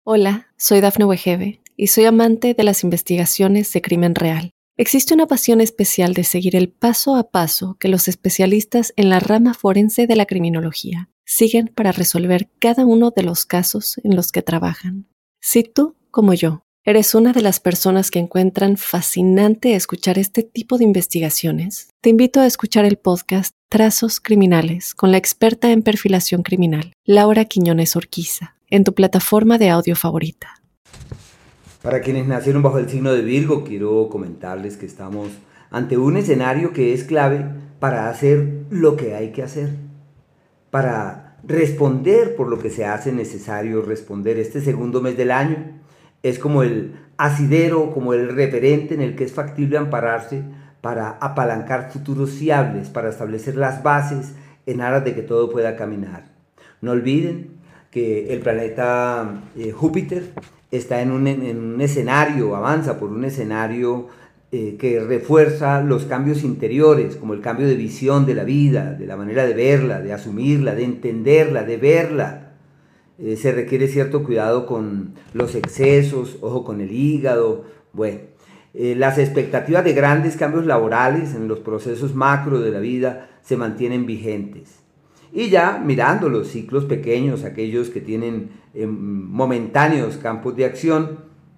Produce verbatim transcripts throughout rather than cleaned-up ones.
Hola, soy Dafne Wegebe y soy amante de las investigaciones de crimen real. Existe una pasión especial de seguir el paso a paso que los especialistas en la rama forense de la criminología siguen para resolver cada uno de los casos en los que trabajan. Si tú, como yo, eres una de las personas que encuentran fascinante escuchar este tipo de investigaciones, te invito a escuchar el podcast Trazos Criminales con la experta en perfilación criminal, Laura Quiñones Orquiza, en tu plataforma de audio favorita. Para quienes nacieron bajo el signo de Virgo, quiero comentarles que estamos ante un escenario que es clave para hacer lo que hay que hacer, para responder por lo que se hace necesario responder. Este segundo mes del año es como el asidero, como el referente en el que es factible ampararse para apalancar futuros fiables, para establecer las bases en aras de que todo pueda caminar. No olviden que el planeta eh, Júpiter está en un, en un escenario, avanza por un escenario eh, que refuerza los cambios interiores, como el cambio de visión de la vida, de la manera de verla, de asumirla, de entenderla, de verla. Eh, se requiere cierto cuidado con los excesos, ojo con el hígado. Bueno, eh, las expectativas de grandes cambios laborales en los procesos macro de la vida se mantienen vigentes. Y ya mirando los ciclos pequeños, aquellos que tienen eh, momentáneos campos de acción,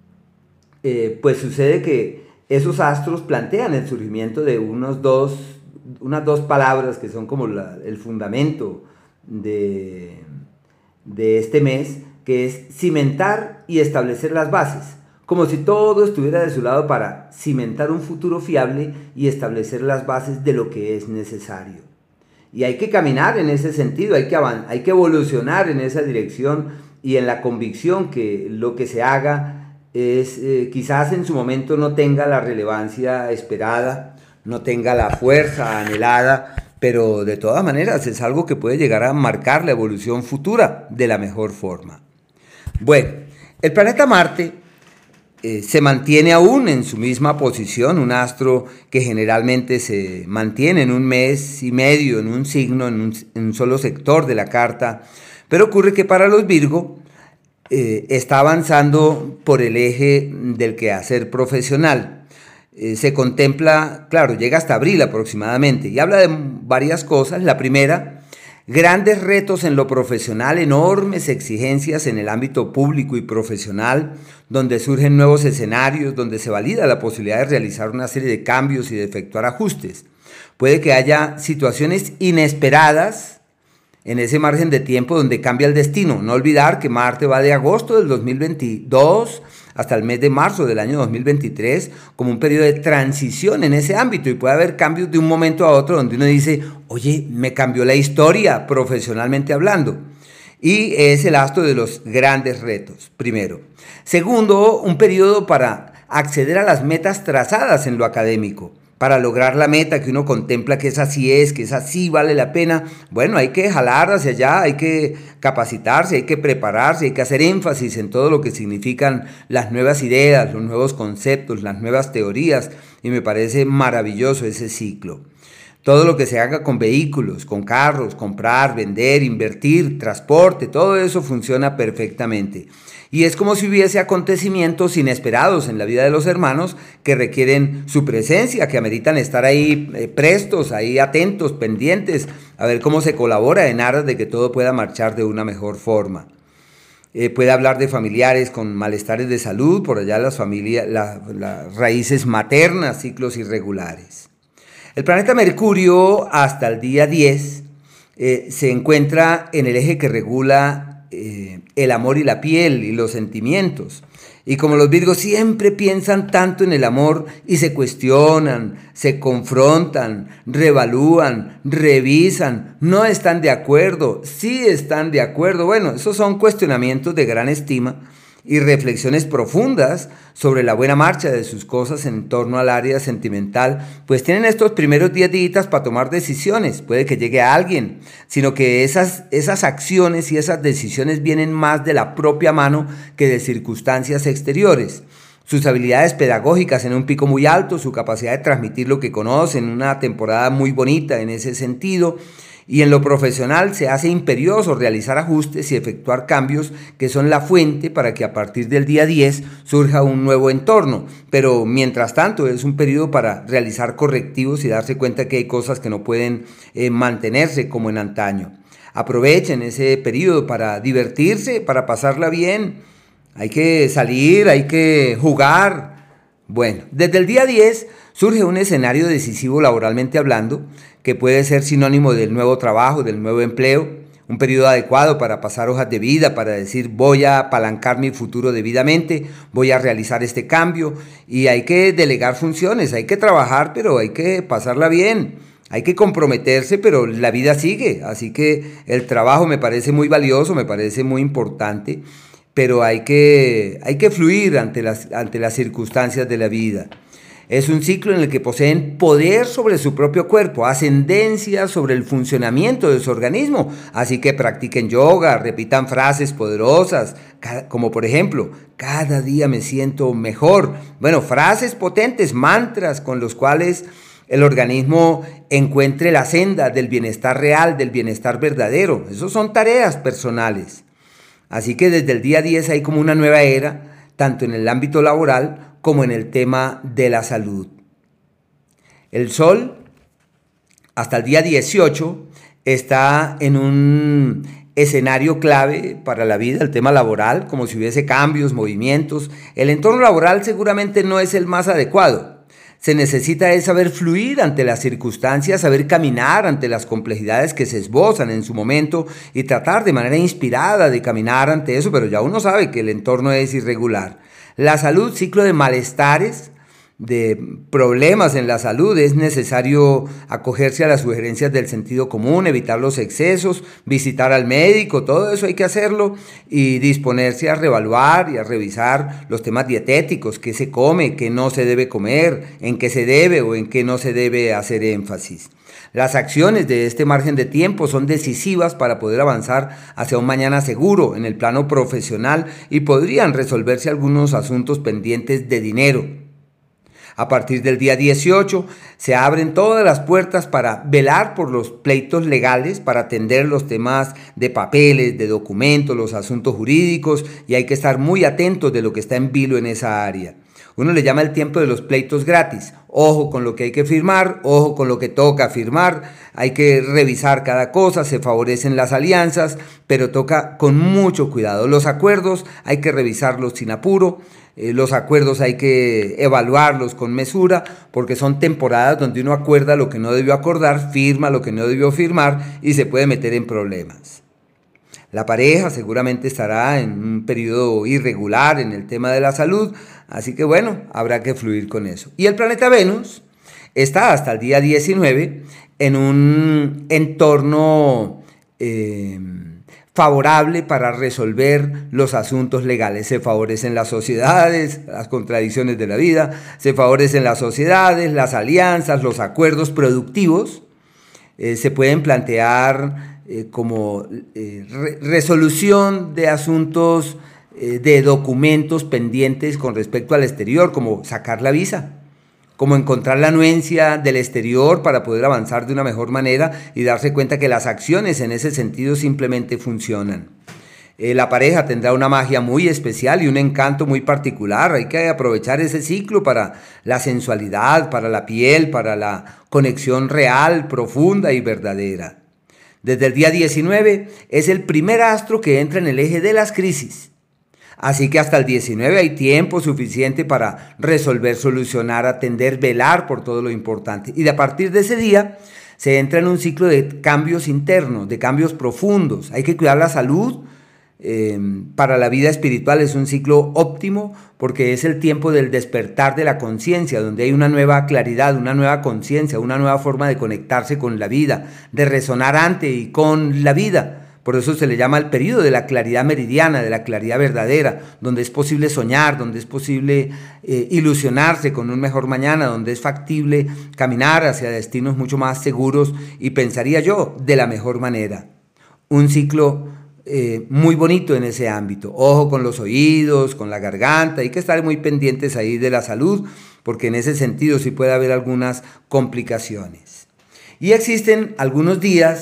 eh, pues sucede que esos astros plantean el surgimiento de unos dos, unas dos palabras que son como la, el fundamento de, de este mes, que es cimentar y establecer las bases, como si todo estuviera de su lado para cimentar un futuro fiable y establecer las bases de lo que es necesario. Y hay que caminar en ese sentido, hay que, hay que evolucionar en esa dirección y en la convicción que lo que se haga es, eh, quizás en su momento no tenga la relevancia esperada, no tenga la fuerza anhelada, pero de todas maneras es algo que puede llegar a marcar la evolución futura de la mejor forma. Bueno, el planeta Marte Eh, se mantiene aún en su misma posición, un astro que generalmente se mantiene en un mes y medio, en un signo, en un, en un solo sector de la carta, pero ocurre que para los Virgo eh, está avanzando por el eje del quehacer profesional. Eh, se contempla, claro, llega hasta abril aproximadamente, y habla de varias cosas. La primera, grandes retos en lo profesional, enormes exigencias en el ámbito público y profesional, donde surgen nuevos escenarios, donde se valida la posibilidad de realizar una serie de cambios y de efectuar ajustes. Puede que haya situaciones inesperadas en ese margen de tiempo donde cambia el destino. No olvidar que Marte va de agosto del dos mil veintidós hasta el mes de marzo del año dos mil veintitrés como un periodo de transición en ese ámbito, y puede haber cambios de un momento a otro donde uno dice, oye, me cambió la historia profesionalmente hablando. Y es el astro de los grandes retos, primero. Segundo, un periodo para acceder a las metas trazadas en lo académico. Para lograr la meta que uno contempla que esa sí es, que esa sí vale la pena, bueno, hay que jalar hacia allá, hay que capacitarse, hay que prepararse, hay que hacer énfasis en todo lo que significan las nuevas ideas, los nuevos conceptos, las nuevas teorías, y me parece maravilloso ese ciclo. Todo lo que se haga con vehículos, con carros, comprar, vender, invertir, transporte, todo eso funciona perfectamente. Y es como si hubiese acontecimientos inesperados en la vida de los hermanos que requieren su presencia, que ameritan estar ahí eh, prestos, ahí atentos, pendientes, a ver cómo se colabora en aras de que todo pueda marchar de una mejor forma. Eh, puede hablar de familiares con malestares de salud, por allá las familias, la, las raíces maternas, ciclos irregulares. El planeta Mercurio hasta el día diez eh, se encuentra en el eje que regula eh, el amor y la piel y los sentimientos. Y como los Virgos siempre piensan tanto en el amor y se cuestionan, se confrontan, reevalúan, revisan, no están de acuerdo, sí están de acuerdo. Bueno, esos son cuestionamientos de gran estima y reflexiones profundas sobre la buena marcha de sus cosas en torno al área sentimental, pues tienen estos primeros diez días para tomar decisiones. Puede que llegue a alguien, sino que esas, esas acciones y esas decisiones vienen más de la propia mano que de circunstancias exteriores. Sus habilidades pedagógicas en un pico muy alto, su capacidad de transmitir lo que conocen, una temporada muy bonita en ese sentido, Y en lo profesional se hace imperioso realizar ajustes y efectuar cambios que son la fuente para que a partir del día diez surja un nuevo entorno. Pero mientras tanto es un periodo para realizar correctivos y darse cuenta que hay cosas que no pueden eh, mantenerse como en antaño. Aprovechen ese periodo para divertirse, para pasarla bien. Hay que salir, hay que jugar. Bueno, desde el día diez surge un escenario decisivo laboralmente hablando, que puede ser sinónimo del nuevo trabajo, del nuevo empleo, un periodo adecuado para pasar hojas de vida, para decir voy a apalancar mi futuro debidamente, voy a realizar este cambio, y hay que delegar funciones, hay que trabajar, pero hay que pasarla bien, hay que comprometerse, pero la vida sigue, así que el trabajo me parece muy valioso, me parece muy importante, pero hay que, hay que fluir ante las, ante las circunstancias de la vida. Es un ciclo en el que poseen poder sobre su propio cuerpo, ascendencia sobre el funcionamiento de su organismo. Así que practiquen yoga, repitan frases poderosas, como por ejemplo, cada día me siento mejor. Bueno, frases potentes, mantras con los cuales el organismo encuentre la senda del bienestar real, del bienestar verdadero. Esas son tareas personales. Así que desde el día diez hay como una nueva era, tanto en el ámbito laboral como en el tema de la salud. El Sol, hasta el día dieciocho, está en un escenario clave para la vida, el tema laboral, como si hubiese cambios, movimientos. El entorno laboral seguramente no es el más adecuado. Se necesita es saber fluir ante las circunstancias, saber caminar ante las complejidades que se esbozan en su momento y tratar de manera inspirada de caminar ante eso, pero ya uno sabe que el entorno es irregular. La salud, ciclo de malestares, de problemas en la salud, es necesario acogerse a las sugerencias del sentido común, evitar los excesos, visitar al médico, todo eso hay que hacerlo y disponerse a reevaluar y a revisar los temas dietéticos, qué se come, qué no se debe comer, en qué se debe o en qué no se debe hacer énfasis. Las acciones de este margen de tiempo son decisivas para poder avanzar hacia un mañana seguro en el plano profesional y podrían resolverse algunos asuntos pendientes de dinero. A partir del día dieciocho se abren todas las puertas para velar por los pleitos legales, para atender los temas de papeles, de documentos, los asuntos jurídicos, y hay que estar muy atentos de lo que está en vilo en esa área. Uno le llama el tiempo de los pleitos gratis. Ojo con lo que hay que firmar, ojo con lo que toca firmar, hay que revisar cada cosa, se favorecen las alianzas, pero toca con mucho cuidado. Los acuerdos hay que revisarlos sin apuro, eh, los acuerdos hay que evaluarlos con mesura, porque son temporadas donde uno acuerda lo que no debió acordar, firma lo que no debió firmar y se puede meter en problemas. La pareja seguramente estará en un periodo irregular en el tema de la salud, así que bueno, habrá que fluir con eso. Y el planeta Venus está hasta el día diecinueve en un entorno eh, favorable para resolver los asuntos legales. Se favorecen las sociedades, las contradicciones de la vida, se favorecen las sociedades, las alianzas, los acuerdos productivos, eh, se pueden plantear Eh, como eh, re resolución de asuntos, eh, de documentos pendientes con respecto al exterior, como sacar la visa, como encontrar la anuencia del exterior para poder avanzar de una mejor manera y darse cuenta que las acciones en ese sentido simplemente funcionan. Eh, la pareja tendrá una magia muy especial y un encanto muy particular. Hay que aprovechar ese ciclo para la sensualidad, para la piel, para la conexión real, profunda y verdadera. Desde el día diecinueve es el primer astro que entra en el eje de las crisis. Así que hasta el diecinueve hay tiempo suficiente para resolver, solucionar, atender, velar por todo lo importante. Y de a partir de ese día se entra en un ciclo de cambios internos, de cambios profundos. Hay que cuidar la salud. Eh, para la vida espiritual es un ciclo óptimo porque es el tiempo del despertar de la conciencia, donde hay una nueva claridad, una nueva conciencia, una nueva forma de conectarse con la vida, de resonar ante y con la vida. Por eso se le llama el periodo de la claridad meridiana, de la claridad verdadera, donde es posible soñar, donde es posible eh, ilusionarse con un mejor mañana, donde es factible caminar hacia destinos mucho más seguros y, pensaría yo, de la mejor manera. Un ciclo Eh, muy bonito en ese ámbito. Ojo con los oídos, con la garganta, hay que estar muy pendientes ahí de la salud, porque en ese sentido sí puede haber algunas complicaciones. Y existen algunos días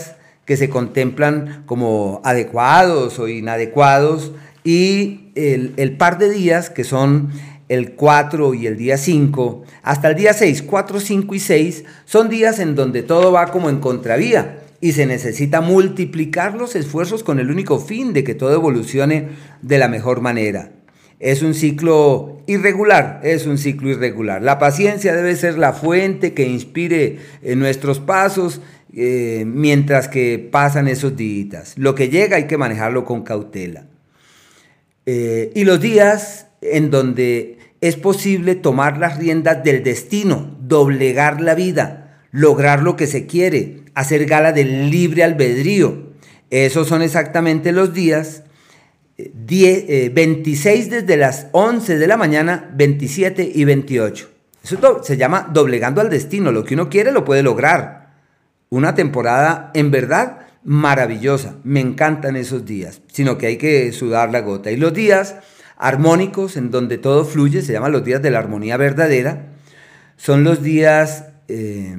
que se contemplan como adecuados o inadecuados, y el, el par de días que son el cuatro y el día cinco, hasta el día seis, cuatro, cinco y seis, son días en donde todo va como en contravía y se necesita multiplicar los esfuerzos con el único fin de que todo evolucione de la mejor manera. Es un ciclo irregular, es un ciclo irregular. La paciencia debe ser la fuente que inspire en nuestros pasos eh, mientras que pasan esos días. Lo que llega hay que manejarlo con cautela. Eh, y los días en donde es posible tomar las riendas del destino, doblegar la vida, lograr lo que se quiere, hacer gala del libre albedrío. Esos son exactamente los días diez, eh, veintiséis desde las once de la mañana, veintisiete y veintiocho. Eso do- se llama doblegando al destino. Lo que uno quiere lo puede lograr. Una temporada en verdad maravillosa. Me encantan esos días, sino que hay que sudar la gota. Y los días armónicos en donde todo fluye, se llaman los días de la armonía verdadera, son los días eh,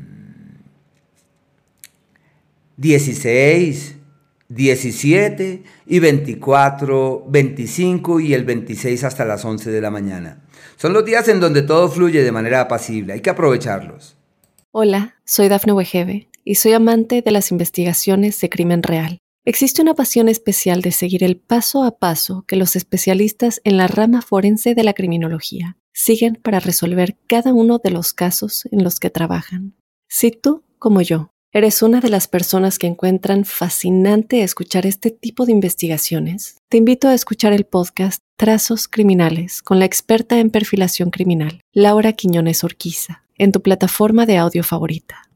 dieciséis, diecisiete y veinticuatro, veinticinco y el veintiséis hasta las once de la mañana. Son los días en donde todo fluye de manera apacible. Hay que aprovecharlos. Hola, soy Dafne Wegebe y soy amante de las investigaciones de crimen real. Existe una pasión especial de seguir el paso a paso que los especialistas en la rama forense de la criminología siguen para resolver cada uno de los casos en los que trabajan. Si tú, como yo, ¿eres una de las personas que encuentran fascinante escuchar este tipo de investigaciones? Te invito a escuchar el podcast Trazos Criminales con la experta en perfilación criminal, Laura Quiñones Orquiza, en tu plataforma de audio favorita.